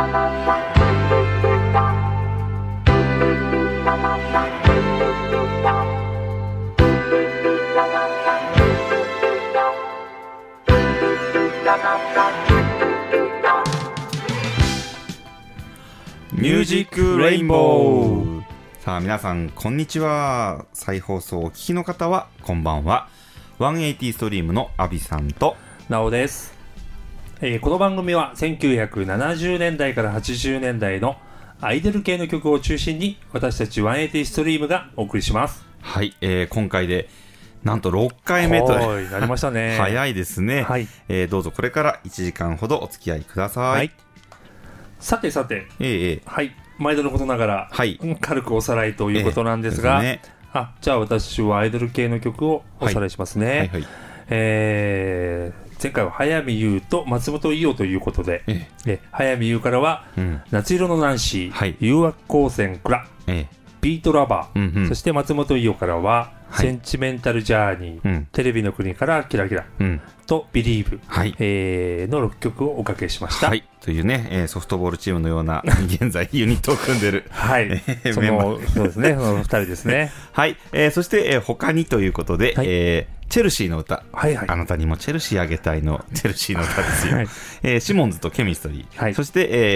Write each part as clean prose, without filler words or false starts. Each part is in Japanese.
ミュージックレインボー。さあ皆さんこんにちは。再放送をお聞きの方はこんばんは。180ストリームのアビさんとなおです。この番組は1970年代から80年代のアイドル系の曲を中心に私たち180ストリームがお送りします。 はい、今回でなんと6回目となりましたね。 早いですね。 はい、 どうぞこれから1時間ほどお付き合いください。 はい、さて、はい、毎度のことながら、はい、軽くおさらいということなんですが、ですね。じゃあ私はアイドル系の曲をおさらいしますね。はいはいはい、前回は早見優と松本伊代ということで、早見優からは、夏色のナンシー、はい、誘惑光線クラ、ビートラバー、そして松本伊代からは、センチメンタルジャーニー、テレビの国からキラキラ、とビリーブ、の6曲をおかけしました。 はい、というね、ソフトボールチームのような現在ユニットを組んでるはい、そうですね、その2人ですね。 はい、そして、他にということで、はい、チェルシーの歌、はいはい、あなたにもチェルシーあげたいのチェルシーの歌ですよ。はい、シモンズとケミストリー、はい、そして、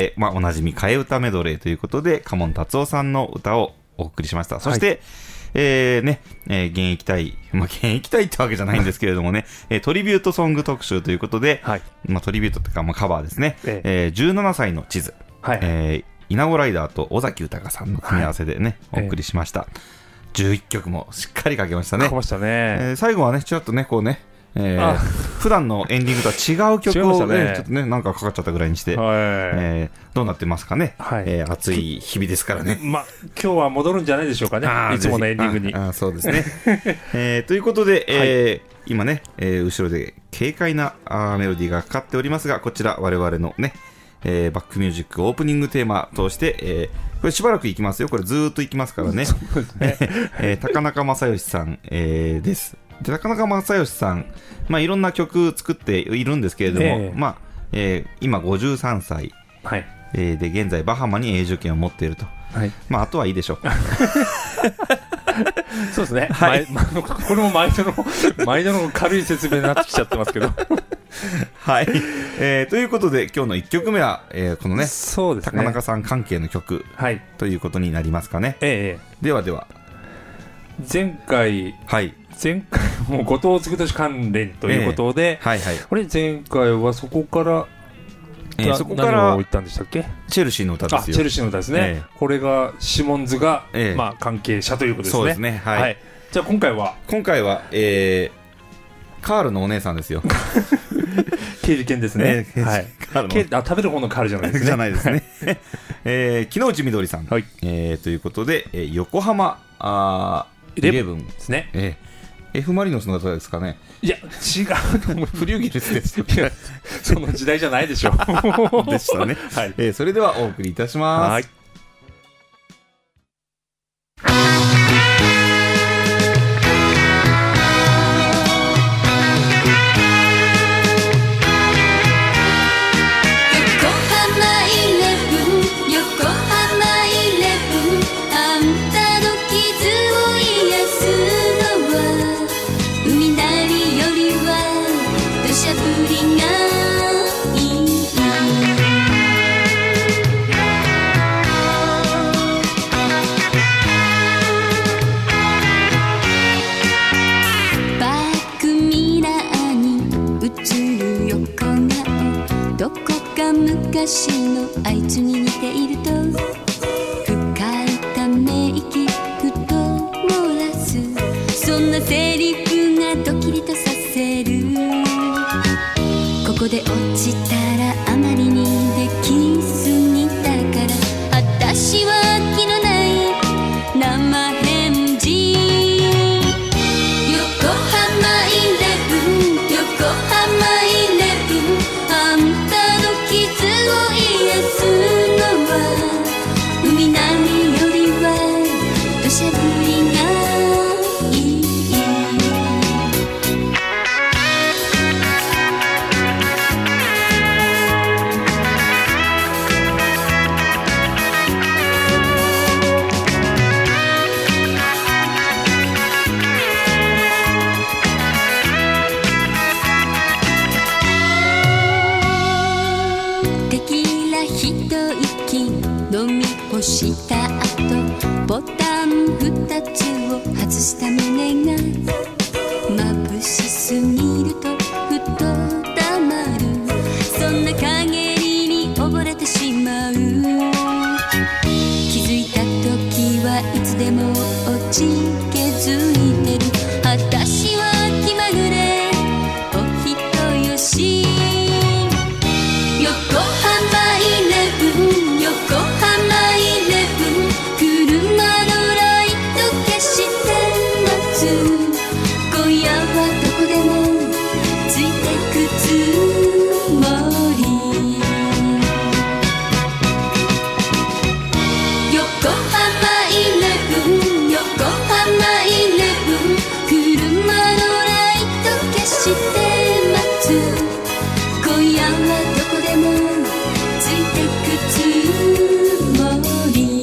おなじみ替え歌メドレーということでカモン達夫さんの歌をお送りしました。そして、現役隊、現役隊ってわけじゃないんですけれどもね、トリビュートソング特集ということで、はい、トリビュートというか、カバーですね、17歳の地図、はい、稲子ライダーと尾崎豊さんの組み合わせでね、お送りしました。11曲もしっかりかけましたね。 かけましたね。 最後はね、ちょっとね、こうね、普段のエンディングとは違う曲を、ね、ちょっとね、なんかかかっちゃったぐらいにして、どうなってますかね。はい、暑い日々ですからね。 今日は戻るんじゃないでしょうかね。いつものエンディングに。 そうですね。ということで、今ね、後ろで軽快なメロディーがかかっておりますが、こちら我々のね、バックミュージックオープニングテーマ通して、これしばらくいきますよ。これずーっといきますからね。高中正義さん、です。で高中正義さん、いろんな曲作っているんですけれども、今53歳、はい、で現在バハマに永住権を持っていると、はい、あとはいいでしょう。 そうですね、はい、これも毎度の軽い説明になってきちゃってますけどはい、ということで今日の1曲目は、このね、 そうですね、 高中さん関係の曲、はい、ということになりますかね。では前回も後藤嗣俊関連ということで、これ前回はそこからそこから何を言ったんでしたっけ。 チェルシーの歌ですよ。 チェルシーの歌ですね。これがシモンズが、関係者ということですね。 そうですね。はい。 じゃあ今回はカールのお姉さんですよ。 ケール犬ですね。はい。食べる方のカールじゃないですね。 じゃないですね。木内みどりさん、ということで、横浜イレブンですね。F マリノスの方ですかね。 いや違う、 フリューゲルスです。 その時代じゃないでしょう。 でしたね。はい。それではお送りいたします。はい。 昔のあいつに似ていると深いため息ふと漏らす、そんなセリフがドキリとさせる。ここで落ちたらあまりにできすぎたから私は気のない生返事。横浜イレブン、横浜イレブン、あんたの傷を癒すのは海波よりは土砂降りがいい。 テキーラ一息飲み干した後、ボタン二つを外した胸が眩しすぎるとふとたまる。そんな陰りに溺れてしまう。気づいた時はいつでも落ち気づいてる。私は気まぐれお人よし。横浜イレブン、横浜イレブン、車のライト消して待つ。今夜はどこでもついてくつもり。横浜イレブン、横浜イレブン、車のライト消して待つ。今夜はどこでもついてくつもり。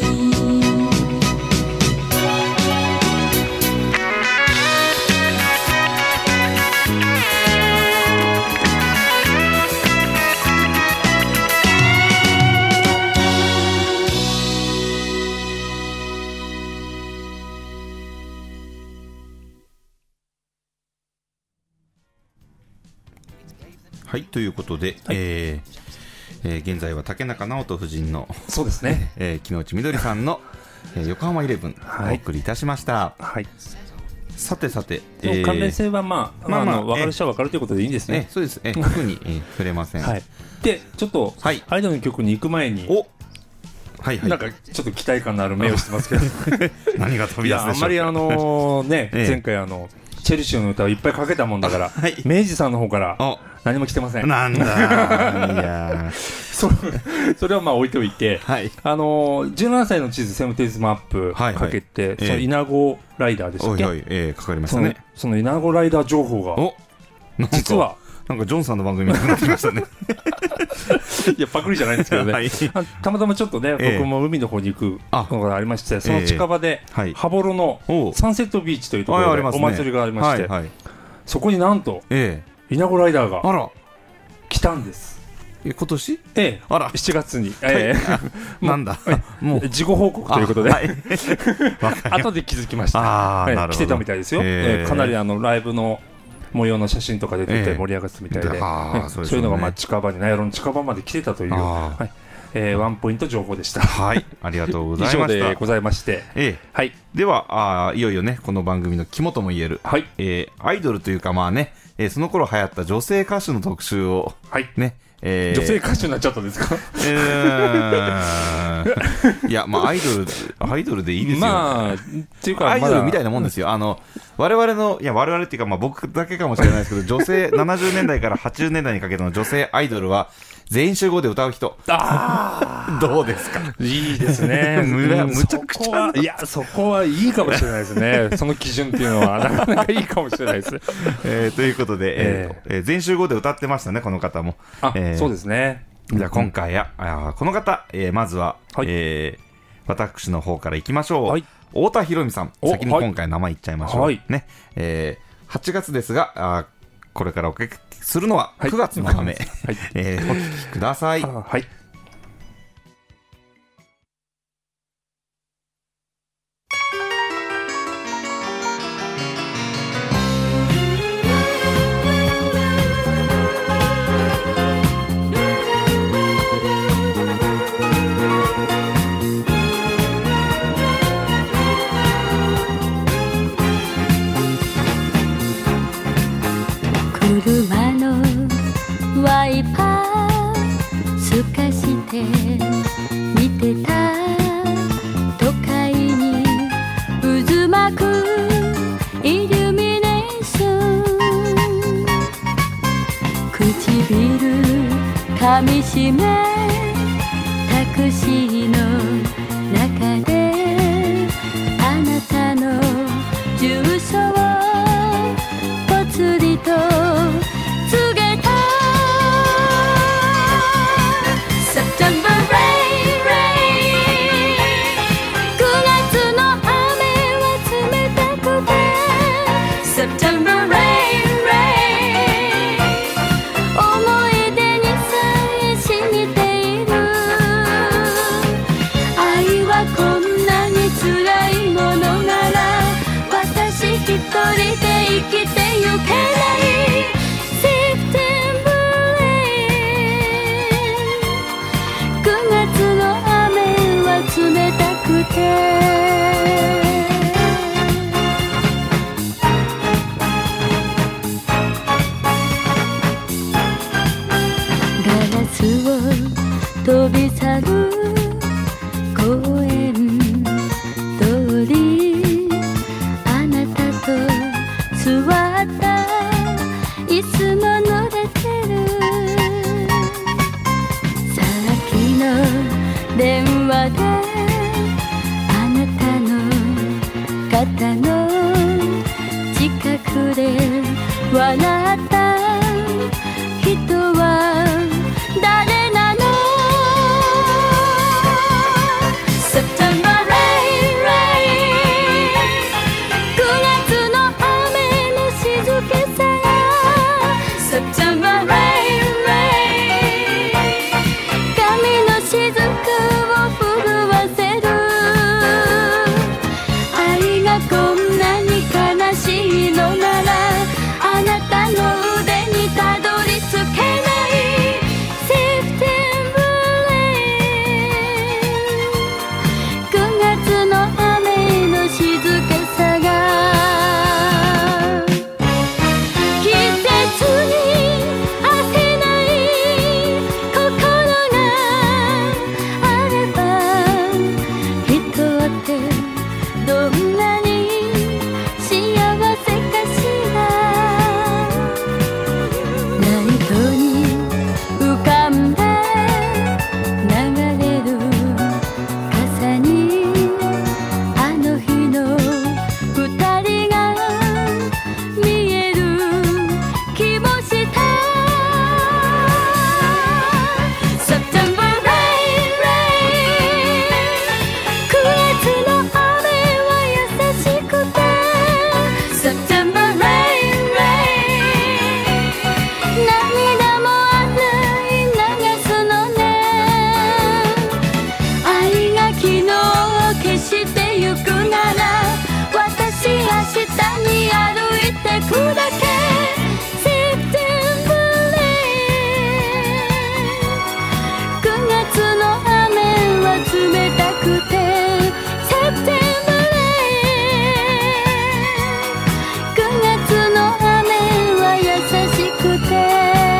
はい、ということで、はい、現在は竹中直人夫人のそうですね、 木内みどりさんの、横浜イレブンお送りいたしました。 はい、 さてさて、 関連性は分かる人は分かるということでいいんですね。 そうです、特に、触れません。 はい、でちょっと、はい、アイドルの曲に行く前にはいはい、 なんかちょっと期待感のある目をしてますけど何が飛び出すでしょうか。 あんまり前回チェルシーの歌をいっぱいかけたもんだから、はい、明治さんの方から何も来てません。 なんだいやそれはまあ置いておいて、はい、17歳の地図セムテイズマップかけて、はいはい、そのイナゴライダーでしたっけ、 かかりましたね。 そのイナゴライダー情報が実はなんかジョンさんの番組みたいになってきましたねいやパクリじゃないんですけどね、はい、たまたまちょっとね、僕も海の方に行くのがありまして、その近場で、羽幌のサンセットビーチというところでお祭りがありまして、そこになんと、イナゴライダーが来たんです。 今年あら7月に、 なんだもう事後報告ということで後で気づきました。来てたみたいですよ。かなりライブの模様の写真とか出てて盛り上がってたみたいで、そういうのが近場にナイロン近場まで来てたという、ワンポイント情報でした。 はい、ありがとうございました。 以上でございまして、 はい、ではいよいよね、この番組の肝ともいえる、はい、アイドルというかまあね、その頃流行った女性歌手の特集を、 はいね、 女性歌手になっちゃったんですかいや、まあアイドルでいいですよ。 まあっていうかアイドルみたいなもんですよ。我々っていうか、まあ僕だけかもしれないですけど、女性70年代から80年代にかけての女性アイドルは全員集合で歌う人。どうですか。 いいですね。 むちゃくちゃ。 いや、そこはいいかもしれないですね。その基準っていうのはなかなかいいかもしれないです。 ということで、全員集合で歌ってましたね、この方も。 そうですね。 じゃあ今回この方、まずは、私の方からいきましょう。はい、太田博美さん、先に今回名前言っちゃいましょう。はい、ね、8月ですが、これからお聞きするのは9月の雨、お聞きください。はい。 車のワイパー透かして見てた都会に渦巻くイルミネーション、唇噛みしめタクシーの中であなたの住所をぽつりと告げた。 September rain rain 9月の雨は冷たくて September rain rain 思い出にさえ染みて飛び去る公園通り、あなたと座った椅子も乗れてる。さっきの電話であなたの肩の近くで笑った人は誰なの？ September rain rain 9月の雨の静けさが September rain rain 髪の雫を震わせる。愛がこんなに悲しいのならあなたの腕にたどり着けない September rain 9月の雨の静けさが季節に焦ない心があれば人ってどんなに幸せかしら。ライトに浮かんで流れる傘にあの日の二人が見える気もした。 September rain rain 9月の雨は優しくて September rain rain 涙も洗い流すのね。愛が昨日を消してゆくなら私明日に歩いてくだけ September rain 9月の雨は冷たくて September rain 9月の雨は優しくて。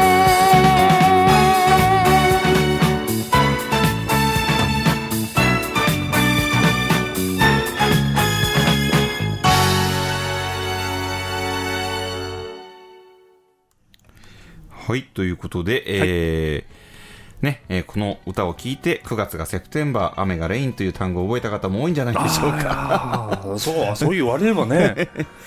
はい、ということで、この歌を聞いて9月がセプテンバー、雨がレインという単語を覚えた方も多いんじゃないでしょうか。 そう言われればね。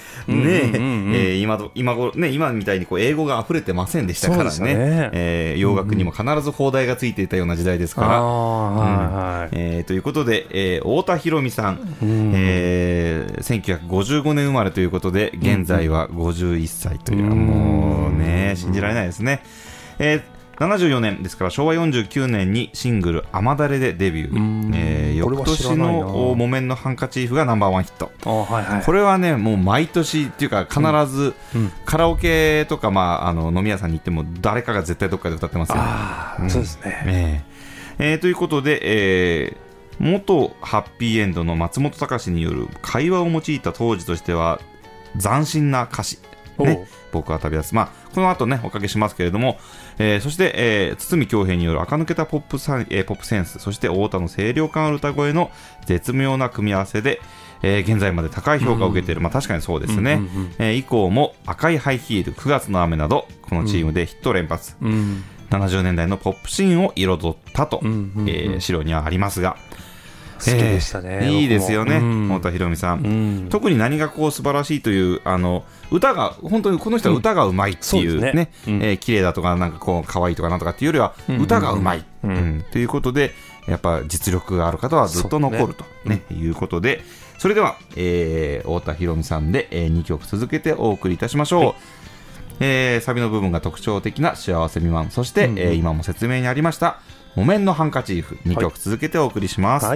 今みたいにこう英語が溢れてませんでしたからね。洋楽にも必ず邦題がついていたような時代ですから。ということで、太田裕美さん、1955年生まれということで現在は51歳という、もうね信じられないですね。74年ですから昭和49年にシングル「雨だれ」でデビュー、翌年の木綿のハンカチーフがナンバーワンヒット。これはねもう毎年っていうか必ず、カラオケとか、飲み屋さんに行っても誰かが絶対どっかで歌ってますよね。 そうですね、 ということで、元ハッピーエンドの松本隆による会話を用いた当時としては斬新な歌詞僕は旅立つ。この後ねおかけしますけれども、そして、堤恭平による垢抜けたポップセンス、そして太田の清涼感ある歌声の絶妙な組み合わせで、現在まで高い評価を受けている。確かにそうですね。以降も赤いハイヒール、9月の雨などこのチームでヒット連発、70年代のポップシーンを彩ったと、資料にはありますが、 好きでしたね。 いいですよね、太田裕美さん、特に何がこう素晴らしいという歌が本当にこの人は歌がうまいっていうね、綺麗だとかなんかこう可愛いとかなんとかっていうよりは歌がうまいということで、やっぱ実力がある方はずっと残るということで、それでは太田裕美さんで2曲続けてお送りいたしましょう。サビの部分が特徴的な幸せ未満、そして、今も説明にありました木綿のハンカチーフ、2曲続けてお送りします。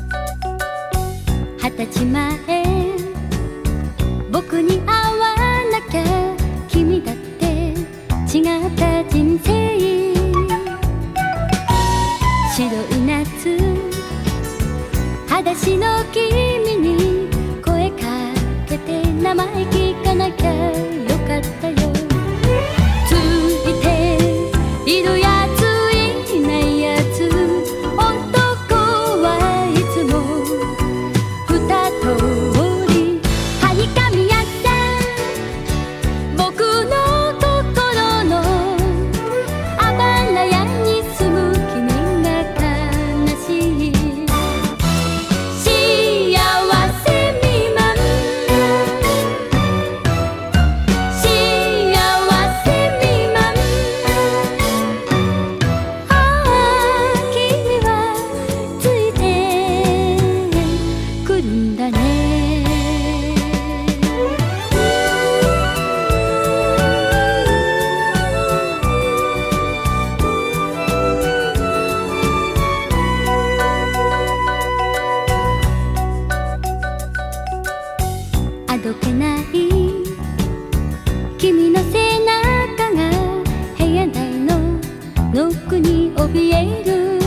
20歳前僕に合わな君に声かけて名前聞かなきゃよかったよ。ついているやついないやつ、男はいつも二通り。はにかみやった僕の心のあばら屋に住む君が悲しい。幸せ未満、幸せ未満。ああ君はついてくるんだね。あどけない君の背中が部屋内のノックに怯える。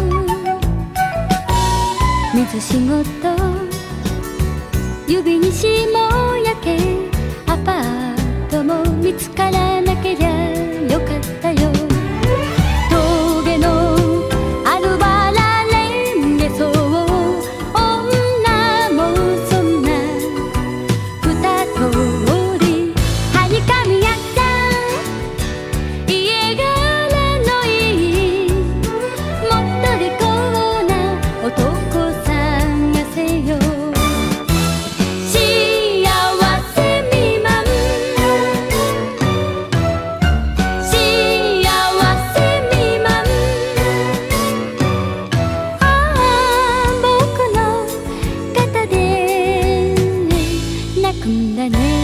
水仕事指に霜焼け、アパートも見つからなけりゃよかったよ。峠のあるバラレンゲそう、女もそんな二通り。はにかみやった家柄のいいもっと利口な男探せよ。幸せ未満、幸せ未満。ああ僕の肩で泣くんだね。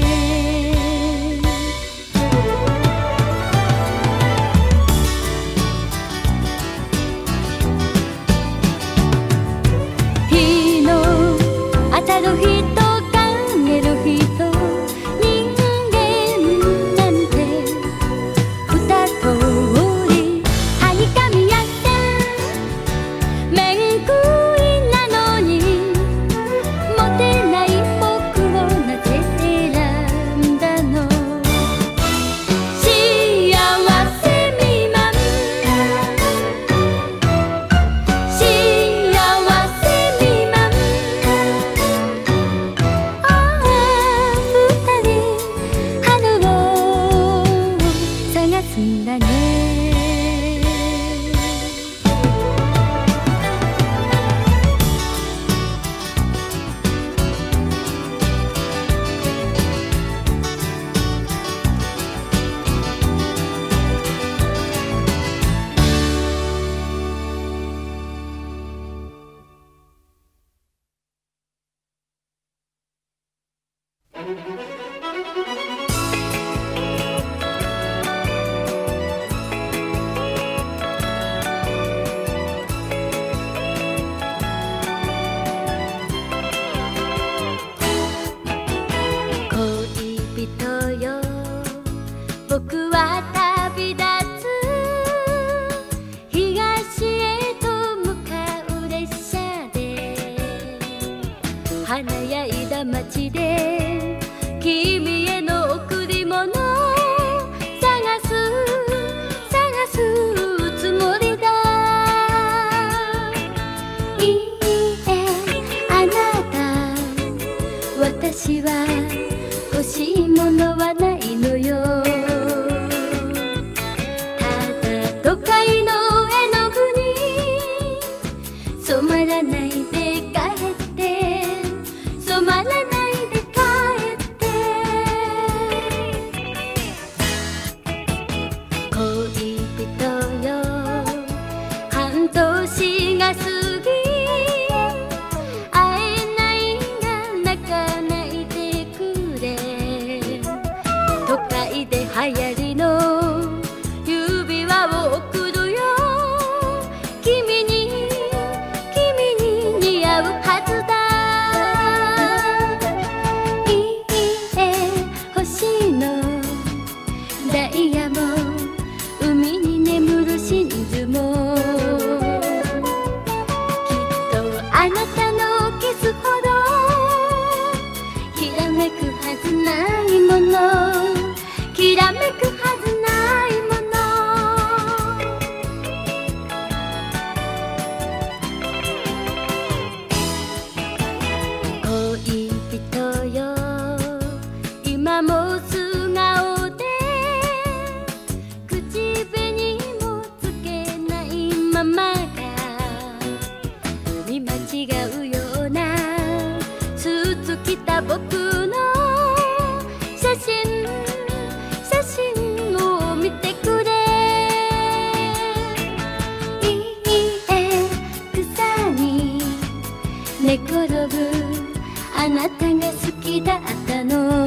日の当たる人陰る人、人間なんて二通り。はにかみやった面食いなのにモテない僕をなぜ選んだの。幸せ未満、幸せ未満。ああ二人春を探すんだね。恋人よ僕は旅立つ。東へと向かう列車で華やいだ街で君への贈り物探すつもりだ。いいえあなた、私は欲しいものはないのよ。 今も素顔で口紅もつけないままが見間違うようなスーツ着た僕の写真を見てくれ。いいえ草に寝転ぶあなたが好きだったの。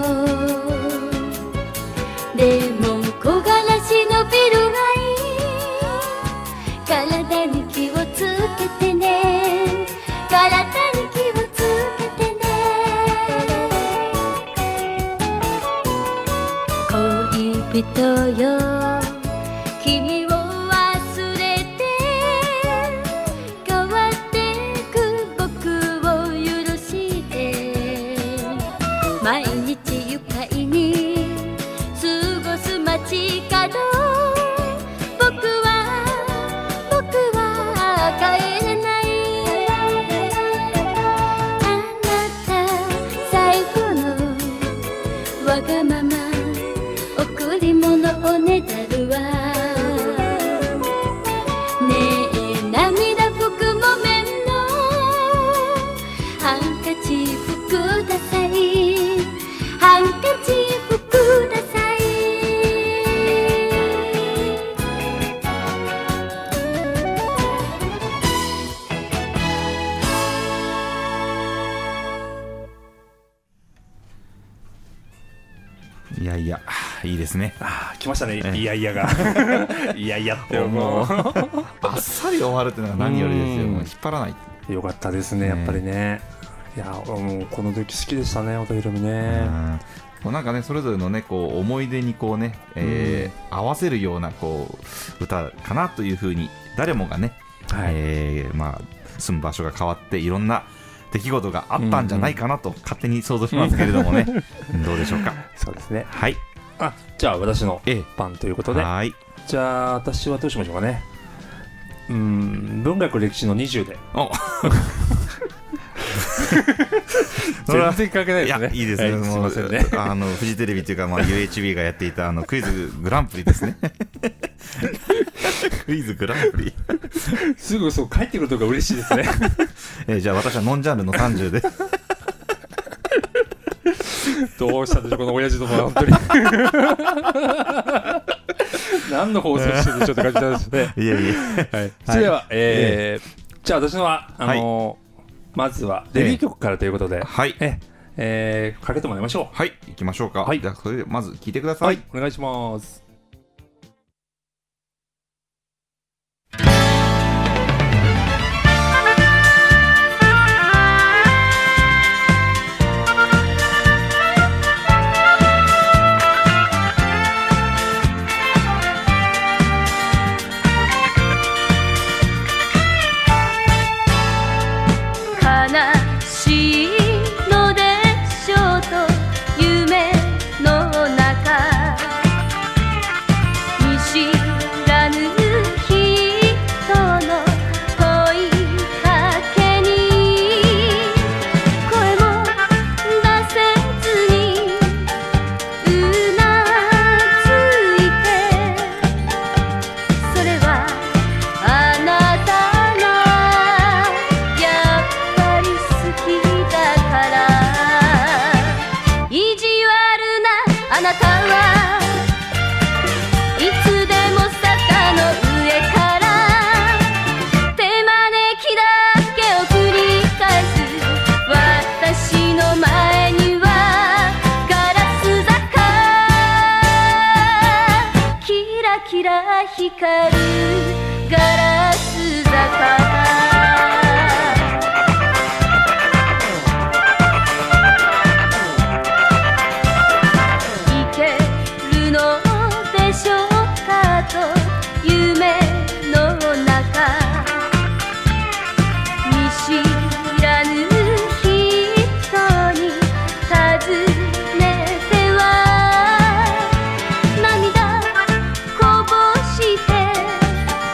でも木枯らしのビルがいい。体に気をつけてね。体に気をつけてね。恋人よ君を忘れて変わってく僕を許して毎日愉快に過ごす街角僕は帰れない。あなた最後のわがまま贈り物をねだるわ。ねえ涙拭く木綿のハンカチーフください。ハンカチーフください。 いやいやいいですね。 来ましたね、いやいやがいやいやってもうあっさり終わるっていうのが何よりですよ。もう引っ張らない。 よかったですね、やっぱりね。いやもうこの時好きでしたね、音ひろみね。 もうなんかねそれぞれのねこう思い出にこうね、合わせるようなこう歌かなというふうに誰もがね、まあ住む場所が変わっていろんな出来事があったんじゃないかなと勝手に想像しますけれどもねどうでしょうか。 そうですね。 はい。 じゃあ私の番ということで、 はい。 じゃあ私はどうしましょうかね。文学歴史の20で。全然関係ないですね。 いいですね。 すみませんね。 フジテレビというか、まあ、UHB がやっていたクイズグランプリですね。クイズグランプリ。 すぐそう帰ってくるとか嬉しいですね。 じゃあ私はノンジャンルの30で。 どうしたんでしょうこの親父とも本当に。何の放送してるんでしょうって感じなんですね。 いやいや。 はい。それでは、じゃあ私のはまずはデビュー曲からということで、 はい。かけてもらいましょう。 はい、行きましょうか。 はい。 じゃあそれでまず聴いてください。 はい、お願いします。 悲しいのでしょうと夢の中見知らぬ人の声かけに声も出せずにうなずいてそれはあなたがやっぱり好きだから意地悪なあなたはいつでも坂の上から手招きだけを繰り返す私の前にはガラス坂キラキラ光るガラス坂夢の中見知らぬ人に尋ねては涙こぼして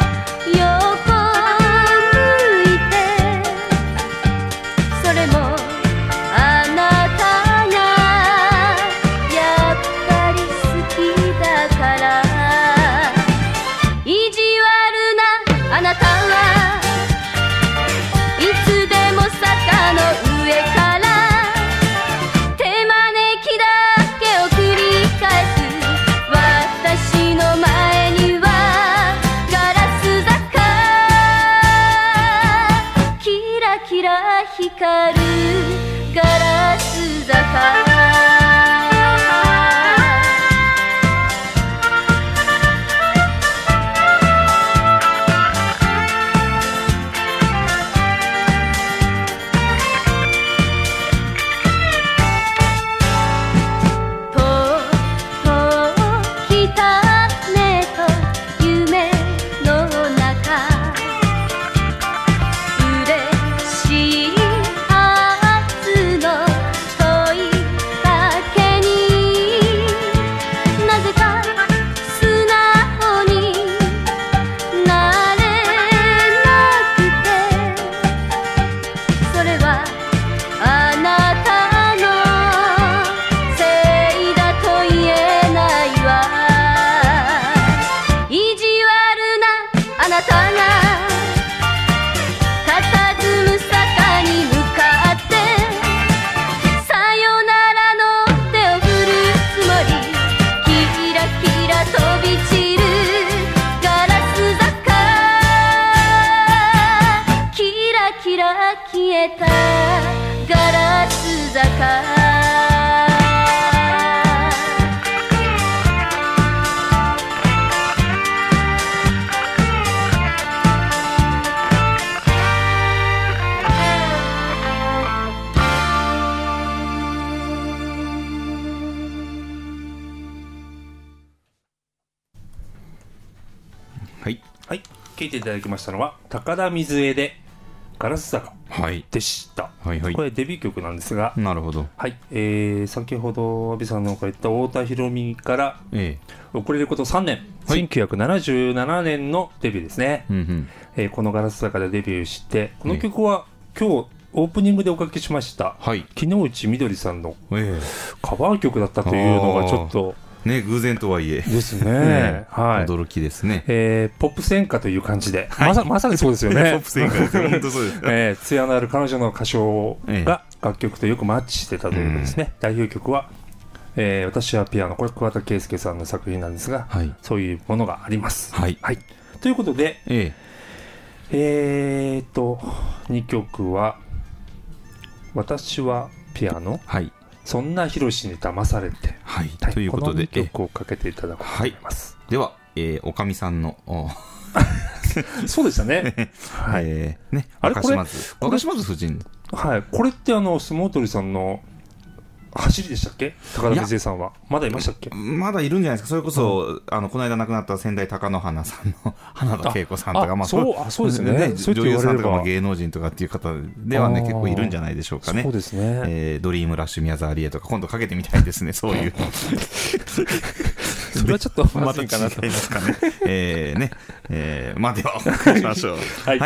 はい、聴いていただきましたのは高田水江でガラス坂でした、 はいはい、 これデビュー曲なんですが、 なるほど、 はい、先ほど阿部さんの書いた太田裕美から、遅れること3年、はい、1977年のデビューですね、このガラス坂でデビューして、この曲は今日オープニングでおかけしました、木之内みどりさんのカバー曲だったというのがちょっとね、偶然とはいえですね、 はい、驚きですね、 ポップ戦歌という感じで、まさにそうですよねポップ戦歌です本当そうです艶のある彼女の歌唱が楽曲とよくマッチしてたということですね、代表曲は、私はピアノ、これ桑田佳祐さんの作品なんですが、そういうものがあります、ということで、2曲は私はピアノ、そんなヒロシに騙されて、 ということでこの曲をかけていただこうと思います、 では、おかみさんのそうでしたね若島津夫人、 これって相撲取りさんの走りでしたっけ？高田水江さんはまだいましたっけ？ まだいるんじゃないですか。それこそ、この間亡くなった仙台貴乃花さんの花田恵子さんとか、 そうですね、 女優さんとか芸能人とかっていう方ではね、結構いるんじゃないでしょうかね。 そうですね、 ドリームラッシュ宮沢りえとか今度かけてみたいですね、そういうそれはちょっとまずいかなと思いますかね。まあではお願いしましょう。はい。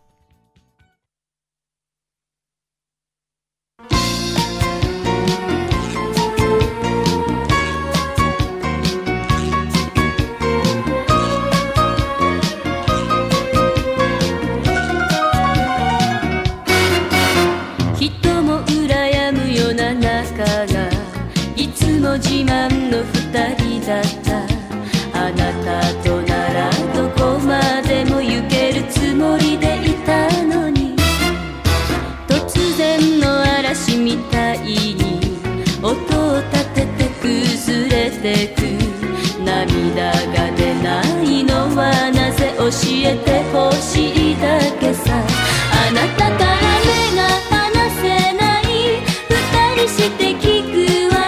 自慢の二人だった。あなたとならどこまでも行けるつもりでいたのに、突然の嵐みたいに音を立てて崩れてく。涙が出ないのはなぜ教えてほしいだけさ。あなたから目が離せない、二人して聞く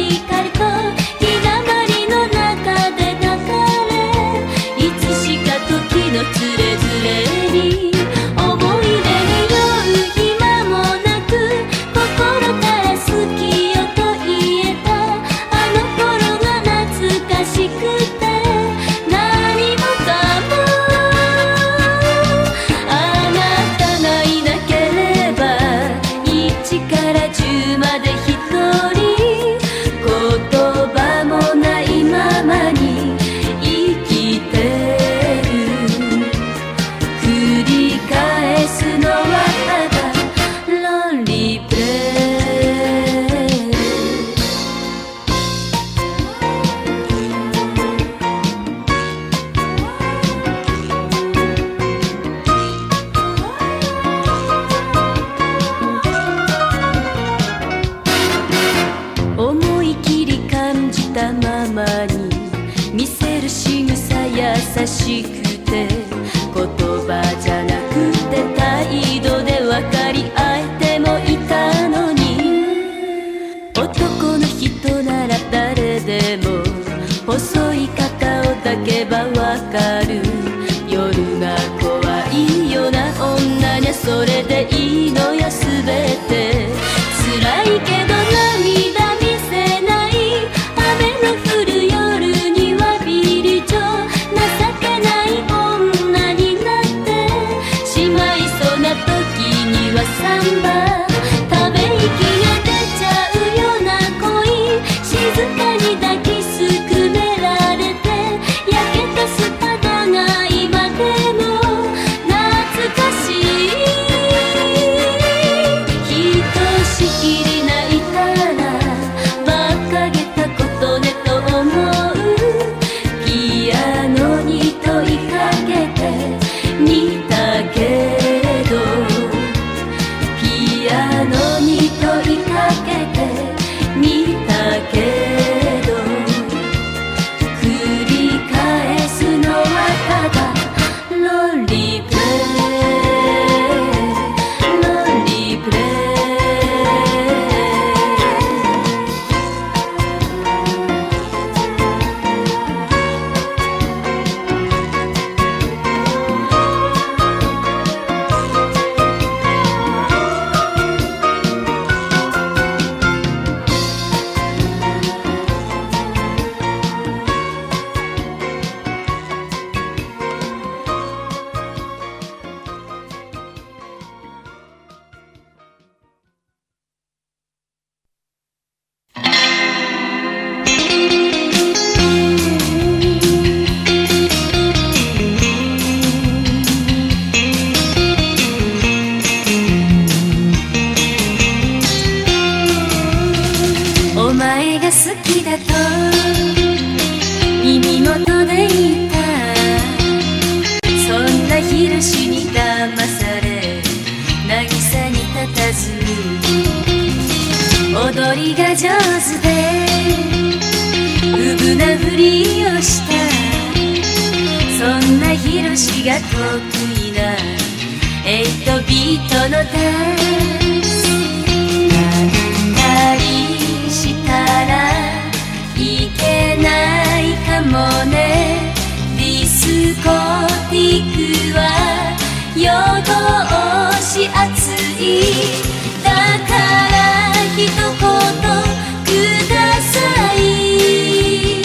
優しくて言葉じゃなくて態度で分かり合えてもいたのに、男の人なら誰でも細い肩を抱けば分かる。夜が怖いような女にゃそれでいいのよ全て。辛いけど涙見せない、雨の降る夜にはビリジョー情けない女になってしまいそうな時にはサンバ、ため息が出ちゃうような恋、静かに抱きすくめら踊りが上手でうぶなふりをしたそんなヒロシが得意な8ビートのダンスなんだりしたらいけないかもねディスコティックは夜通し熱いだから一言ください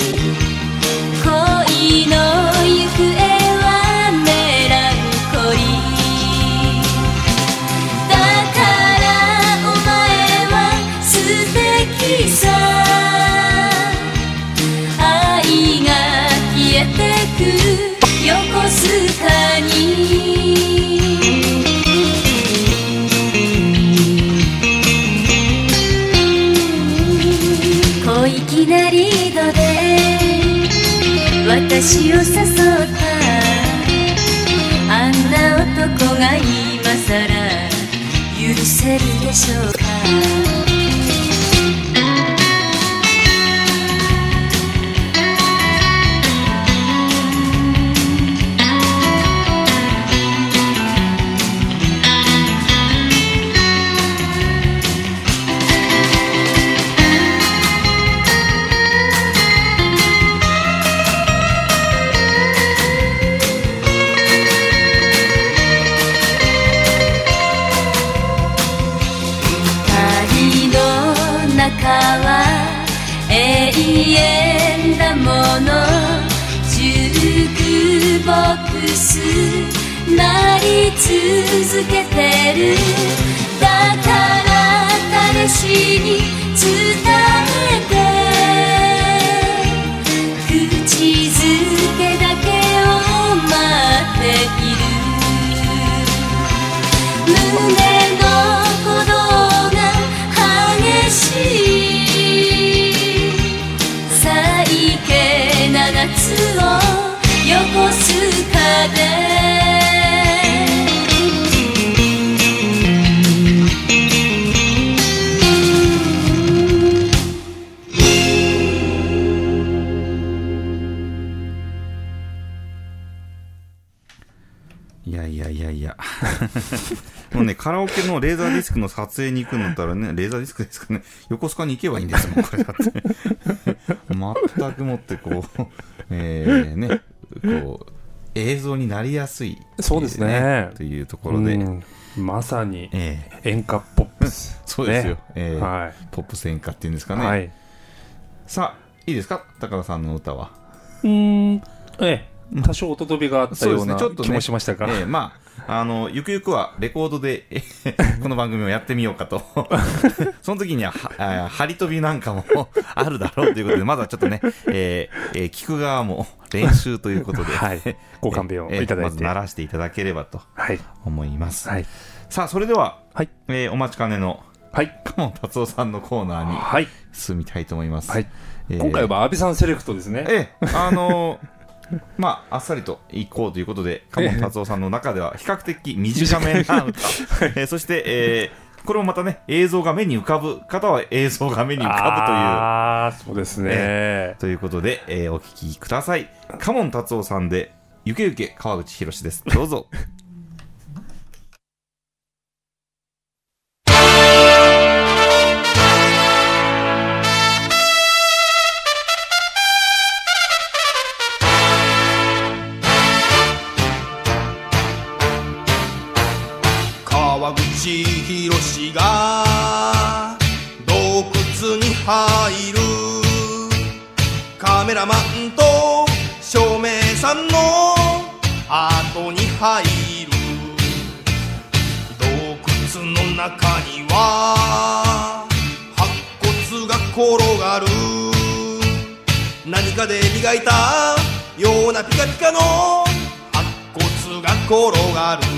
恋の行方はメランコリーだからお前は素敵さ愛が消えてく横須賀に小粋なリードで私を誘ったあんな男が今さら許せるでしょうか永遠だものジュークボックス鳴り続けてるだから彼氏に伝えて口づけだけを待っている胸の鼓動が激しい夏を横須賀でいやもうねカラオケのレーザーディスクの撮影に行くんだったらねレーザーディスクですかね横須賀に行けばいいんですもんこれだって全くもってこうねこう映像になりやすい、 そうですねというところで、 まさに演歌ポップスそうですよ、はい、ポップス演歌っていうんですかね、はい、さあいいですか高田さんの歌は多少音飛びがあったような気もしましたが、 まあゆくゆくはレコードでこの番組をやってみようかとその時には張り飛びなんかもあるだろうということでまずはちょっとね、聞く側も練習ということで、 はい、ご勘弁をいただいて、 まず鳴らしていただければと思います、はい、さあそれでは、はい、お待ちかねの鴨達夫さんのコーナーに進みたいと思います、はい、 今回は阿部さんセレクトですね。 まあ、あっさりといこうということで鴨達夫さんの中では比較的短めな歌そして、これもまたね映像が目に浮かぶ方は映像が目に浮かぶというそうですね、 ということで、お聴きください。鴨達夫さんでゆけゆけ川口博です。どうぞ。 博が洞窟に入るカメラマンと照明さんの後に入る洞窟の中には白骨が転がる何かで磨いたようなピカピカの白骨が転がる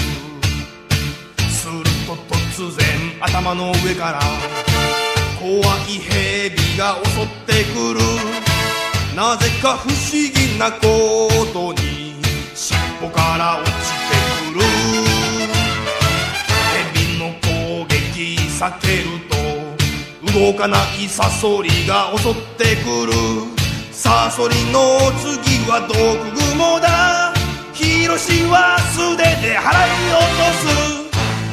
突然頭の上から怖い蛇が襲ってくるなぜか不思議なことに尻尾から落ちてくる蛇の攻撃避けると動かないサソリが襲ってくる。サソリの次は毒蜘蛛だ。ヒロシは素手で払い落とす。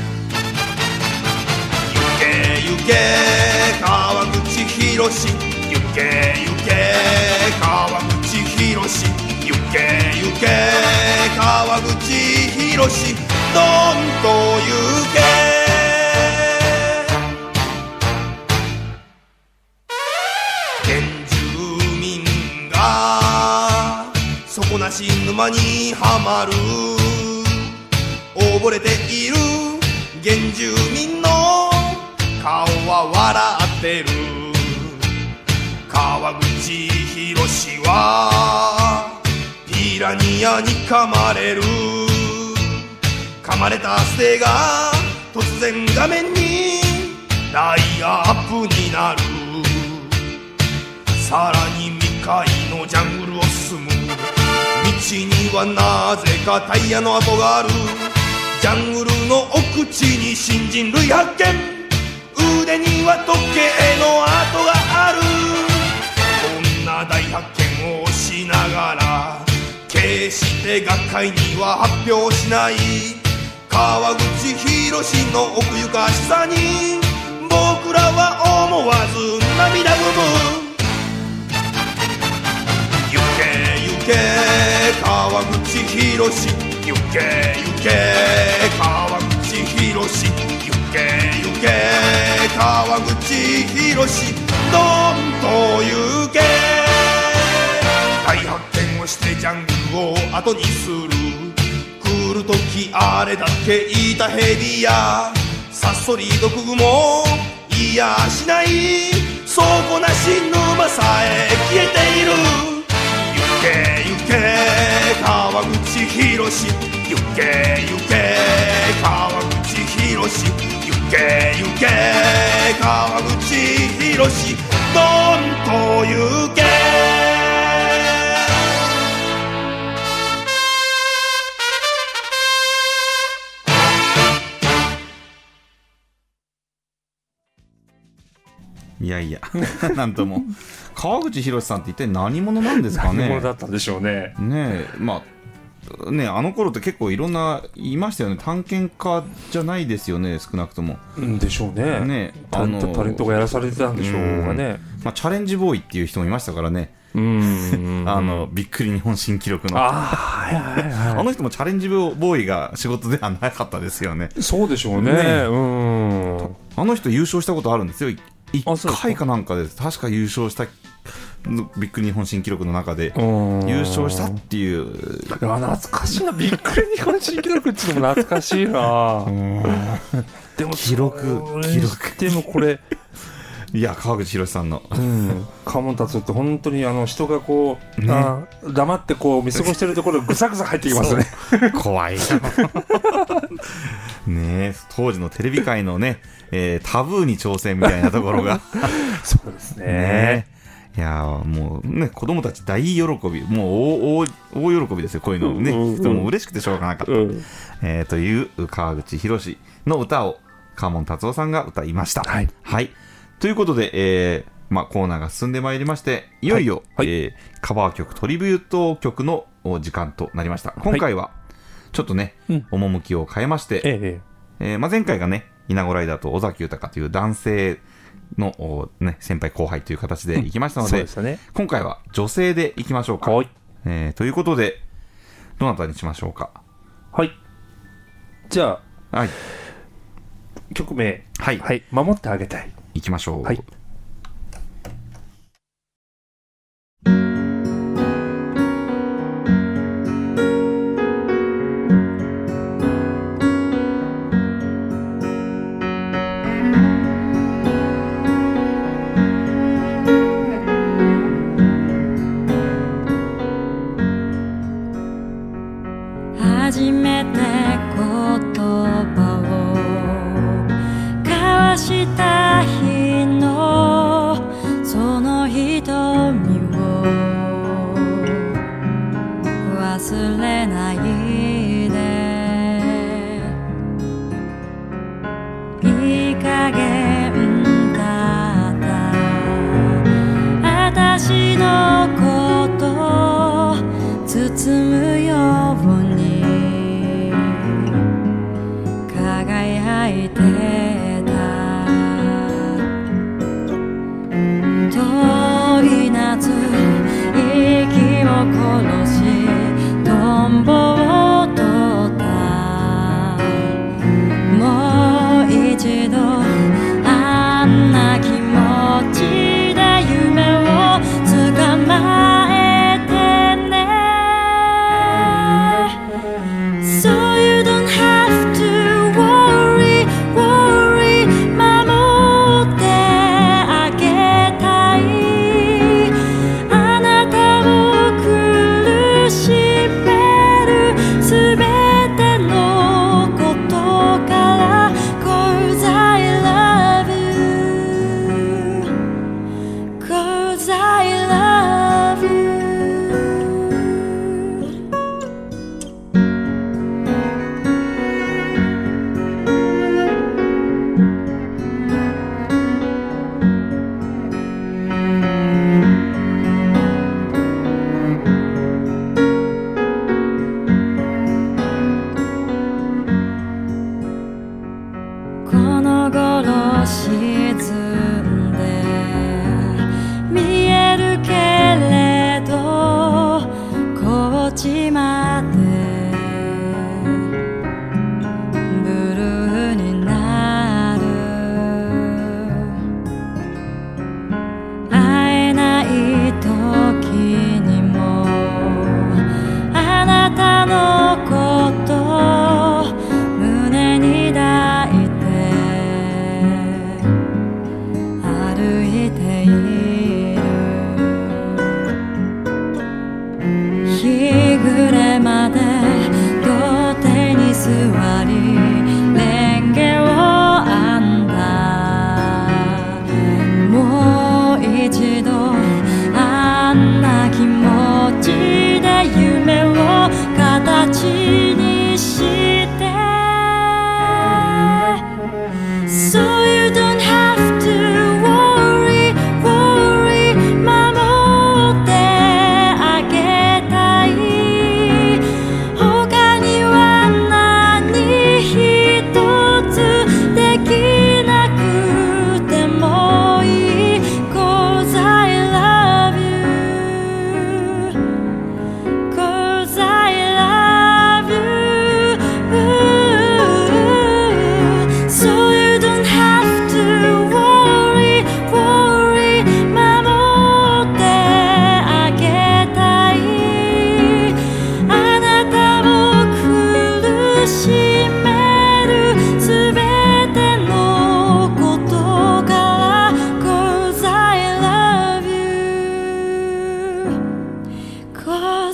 行け行け川口博士、行け行け川口博士、行け行け川口博士、どんと行け。原住民が底なし沼にはまる。溺れている原住民の顔は笑ってる。川口博士はピラニアに噛まれる。噛まれたステが突然画面にライアップになる。さらに未開のジャングルを進む。道にはなぜかタイヤの跡がある。ジャングルの奥地に新人類発見。腕には時計の跡がある。こんな大発見をしながら決して学会には発表しない。川口博士の奥ゆかしさに僕らは思わず涙ぐむ。行け行け川口博士、行け行け川口博士、行け行け川口博士、どんと行け。大発見をしてジャングルを後にする。来るときあれだけいたヘビやサソリ毒蜘蛛いやしない。底なし沼さえ消えている。行け行け川口博士、行け行け川口博士、行け行け川口博士、どんと行け。 いやいやなんとも川口博さんって一体何者なんですかね。 何者だったんでしょうね。 ねえ、まあね、あの頃って結構いろんないましたよね。探検家じゃないですよね、少なくとも。 でしょうね。 ね、 タレントがやらされてたんでしょうがね。 まあ、チャレンジボーイっていう人もいましたからね。びっくり日本新記録のあの人もチャレンジボーイが仕事ではなかったですよね。 そうでしょうね。 あの人優勝したことあるんですよ。1回かなんかで確か優勝したびっくり日本新記録の中で優勝したっていう。 懐かしいな。びっくり日本新記録っていうのも懐かしいなでも記録でもこれいや川口博さんの川本達夫って本当に人がこう、黙ってこう見過ごしてるところぐさぐさ入ってきますね怖いね。当時のテレビ界のね、タブーに挑戦みたいなところがそうですね。 いやもうね、子供たち大喜び、もう大喜びですよ、こういうのね。もう嬉しくてしょうがなかった、という川口博の歌を川本達夫さんが歌いました。はい、はい、ということで、コーナーが進んでまいりまして、いよいよ、カバー曲トリビュート曲の時間となりました。今回はちょっとね、趣を変えまして、前回がね稲子ライダーと尾崎豊という男性の、先輩後輩という形でいきましたので、今回は女性でいきましょうか。ということでどなたにしましょうか。 はい、じゃあ、曲名、守ってあげたい、 いきましょう。はい、 初めて言葉を交わした日の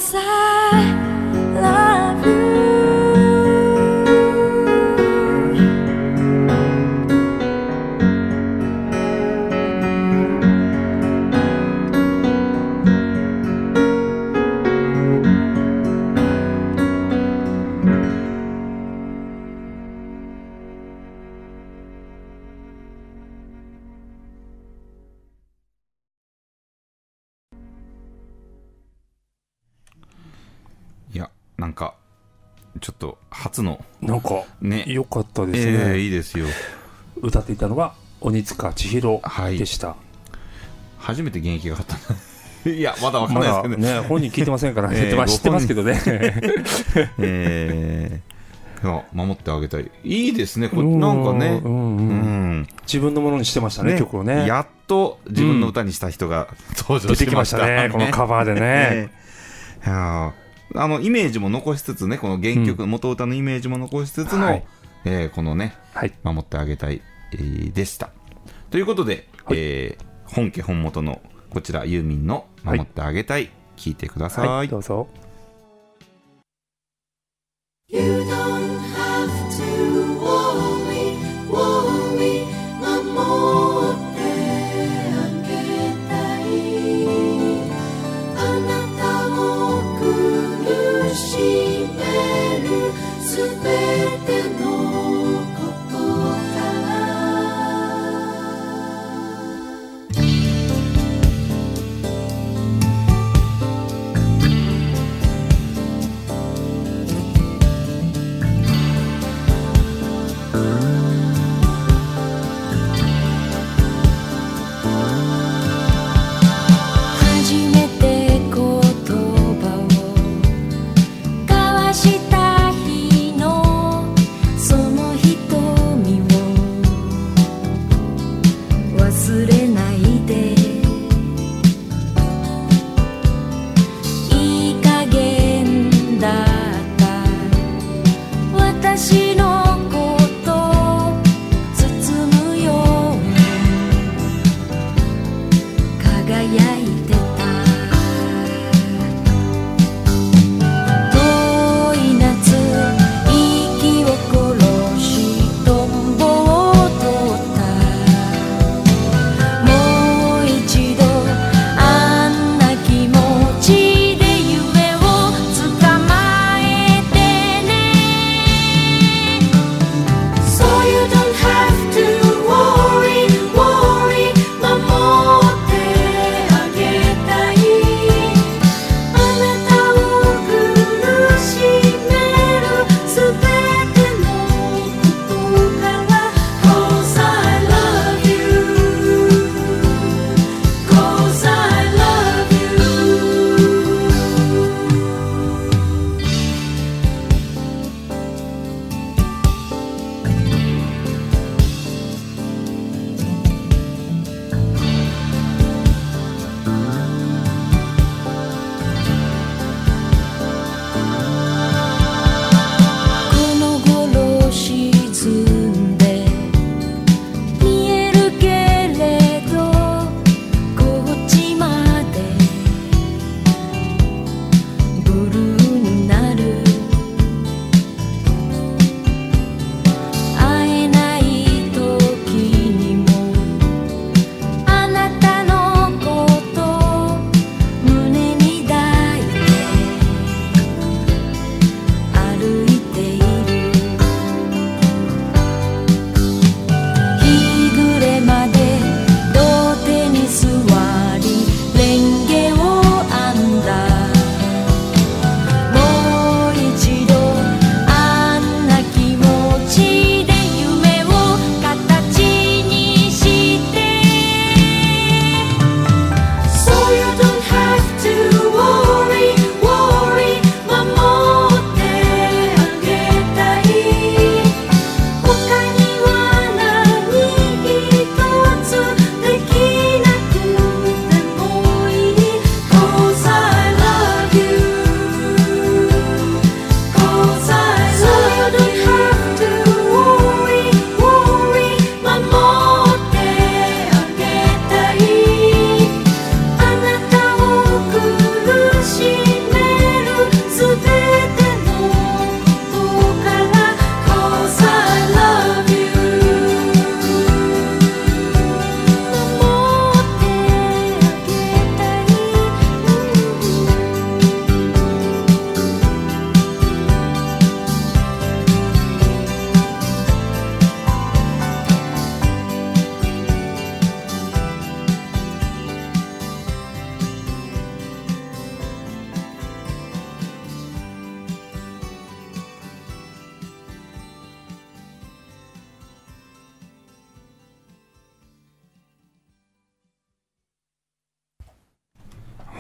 'cause I love you. なんかちょっと初のなんかね良かったですね、 いいですよ。 歌っていたのは鬼塚千尋でした、 初めて現役があったいやまだわかんないですけどね本人聞いてませんからね、知ってますけどね守ってあげたい。いいですね、なんかね、 自分のものにしてましたね、曲をね。 やっと自分の歌にした人が登場してきましたね、このカバーでね。 イメージも残しつつね、この原曲、元歌のイメージも残しつつの、このね、守ってあげたい、でした。ということで、本家本元のこちらユーミンの守ってあげたい、聞いてください。 どうぞ。 You don't have to worry, worry 守ってあげたいあなたを苦しめるすべてのことから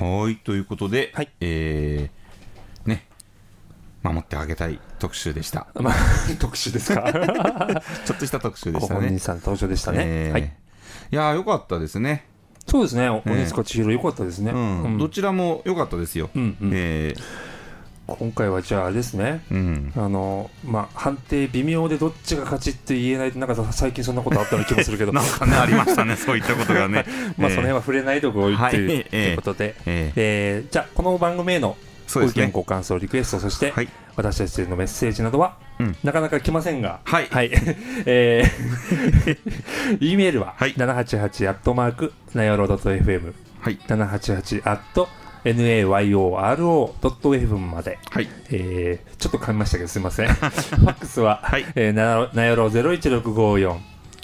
はい、ということで、はい、ね、守ってあげたい特集でした。 特集ですかちょっとした特集でしたね。 ご本人さん登場でしたね。はい、 いやー、よかったですね。 そうですね、鬼塚千尋よかったですね。 どちらもよかったですよ。 今回はじゃああれですね、判定微妙でどっちが勝ちって言えないと、なんか最近そんなことあったような気もするけどなんかね、ありましたね、そういったことがねその辺は触れないところを言ってるということで、じゃあこの番組へのご意見、ご感想、リクエスト、そして私たちへのメッセージなどはなかなか来ませんが、E メールは 788@nayoro.fm、 788@nayoro.fm まで、ちょっと噛みましたけどすいません。ファックスはなよろ01654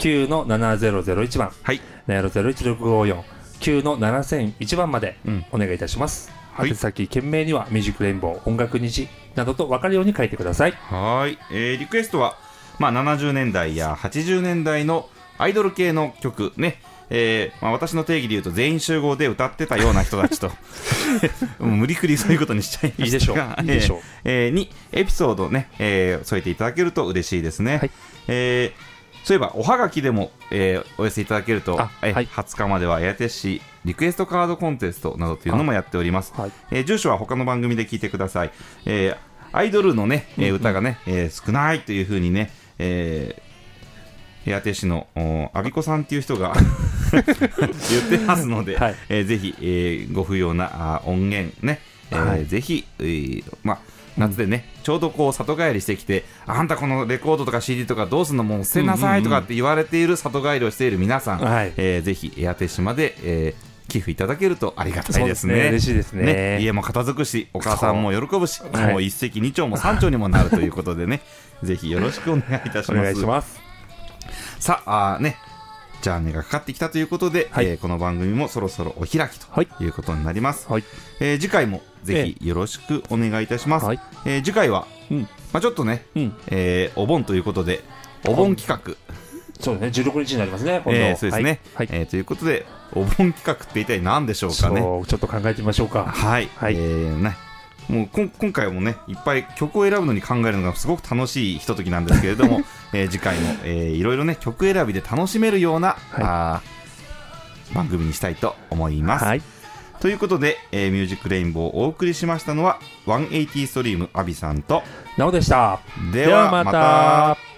9-7001番、なよろ01654 9-7001番までお願いいたします。宛先件名にはミュージックレインボー、音楽虹などと分かるように書いてください。 リクエストは、70年代や80年代のアイドル系の曲ね、私の定義で言うと全員集合で歌ってたような人たちともう無理くりそういうことにしちゃいましたが、 いいでしょう、 にエピソードをね、添えていただけると嬉しいですね。そういえばおはがきでも、お寄せいただけると、20日までは八重市リクエストカードコンテストなどというのもやっております。住所は他の番組で聞いてください。アイドルのね、歌がね、少ないというふうにね、八重市の阿比子さんっていう人が言ってますので、ぜひ、ご不要な音源ね、ぜひ、夏でね、ちょうどこう里帰りしてきて、あんたこのレコードとか CD とかどうすんの、もう捨てなさいとかって言われている里帰りをしている皆さん、ぜひ八重市まで、寄付いただけるとありがたいですね。 嬉しいですね。 家も片付くし、お母さんも喜ぶし、もう一石二鳥も三鳥にもなるということでねぜひよろしくお願いいたします。 お願いします。 さあね、じゃあねがかかってきたということで、この番組もそろそろお開きということになります。次回もぜひよろしくお願いいたします。次回は、ちょっとね、お盆ということでお盆企画、 そうですね、16日になりますね、 そうですね、ということでお盆企画って一体何でしょうかね。 ちょっと考えてみましょうか。 もう今回もね、いっぱい曲を選ぶのに考えるのがすごく楽しいひとときなんですけれども次回も、いろいろね曲選びで楽しめるような、番組にしたいと思います。ということで、ミュージックレインボーをお送りしましたのは180ストリーム阿比さんとなおでした。 ではまた。